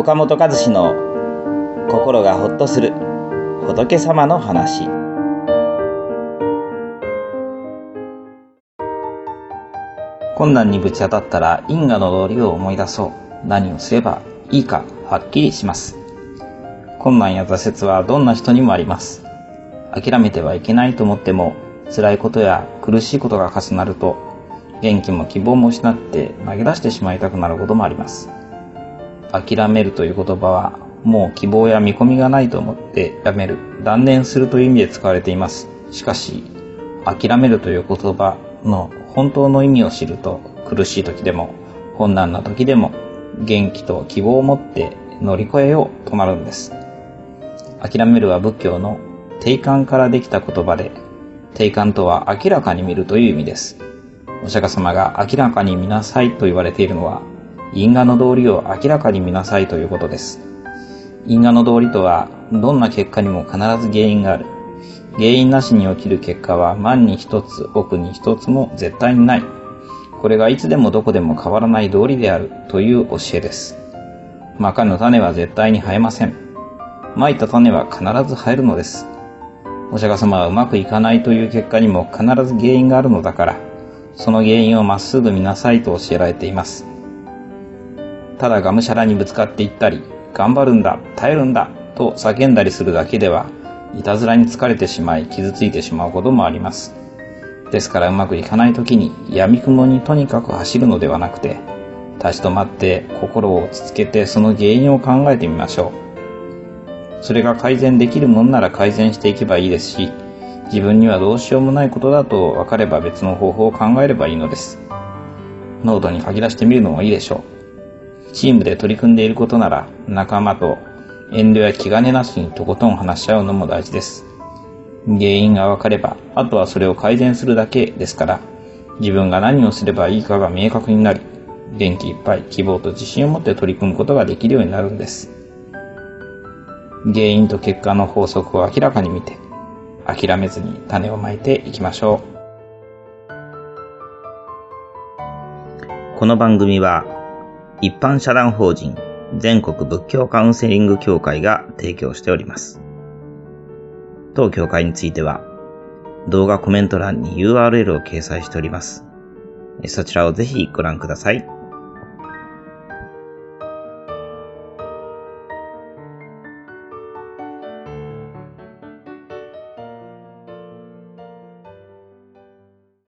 岡本和志の心がほっとする仏様の話。困難にぶち当たったら因果の道理を思い出そう。何をすればいいかはっきりします。困難や挫折はどんな人にもあります。諦めてはいけないと思っても、辛いことや苦しいことが重なると元気も希望も失って投げ出してしまいたくなることもあります。諦めるという言葉はもう希望や見込みがないと思ってやめる、断念するという意味で使われています。しかし諦めるという言葉の本当の意味を知ると、苦しい時でも困難な時でも元気と希望を持って乗り越えようとなるんです。諦めるは仏教の定観からできた言葉で、定観とは明らかに見るという意味です。お釈迦様が明らかに見なさいと言われているのは、因果の道理を明らかに見なさいということです。因果の道理とは、どんな結果にも必ず原因がある。原因なしに起きる結果は万に一つ、億に一つも絶対にない。これがいつでもどこでも変わらない道理であるという教えです。まかぬ種は絶対に生えません。まいた種は必ず生えるのです。お釈迦様はうまくいかないという結果にも必ず原因があるのだから、その原因をまっすぐ見なさいと教えられています。ただがむしゃらにぶつかっていったり、頑張るんだ、耐えるんだと叫んだりするだけでは、いたずらに疲れてしまい傷ついてしまうこともあります。ですからうまくいかないときに闇雲にとにかく走るのではなくて、立ち止まって心を落ち着けてその原因を考えてみましょう。それが改善できるものなら改善していけばいいですし、自分にはどうしようもないことだと分かれば別の方法を考えればいいのです。ノートに書き出してみるのもいいでしょう。チームで取り組んでいることなら仲間と遠慮や気兼ねなしにとことん話し合うのも大事です。原因が分かればあとはそれを改善するだけですから、自分が何をすればいいかが明確になり、元気いっぱい希望と自信を持って取り組むことができるようになるんです。原因と結果の法則を明らかに見て、諦めずに種をまいていきましょう。この番組は一般社団法人全国仏教カウンセリング協会が提供しております。当協会については動画コメント欄に URL を掲載しております。そちらをぜひご覧ください。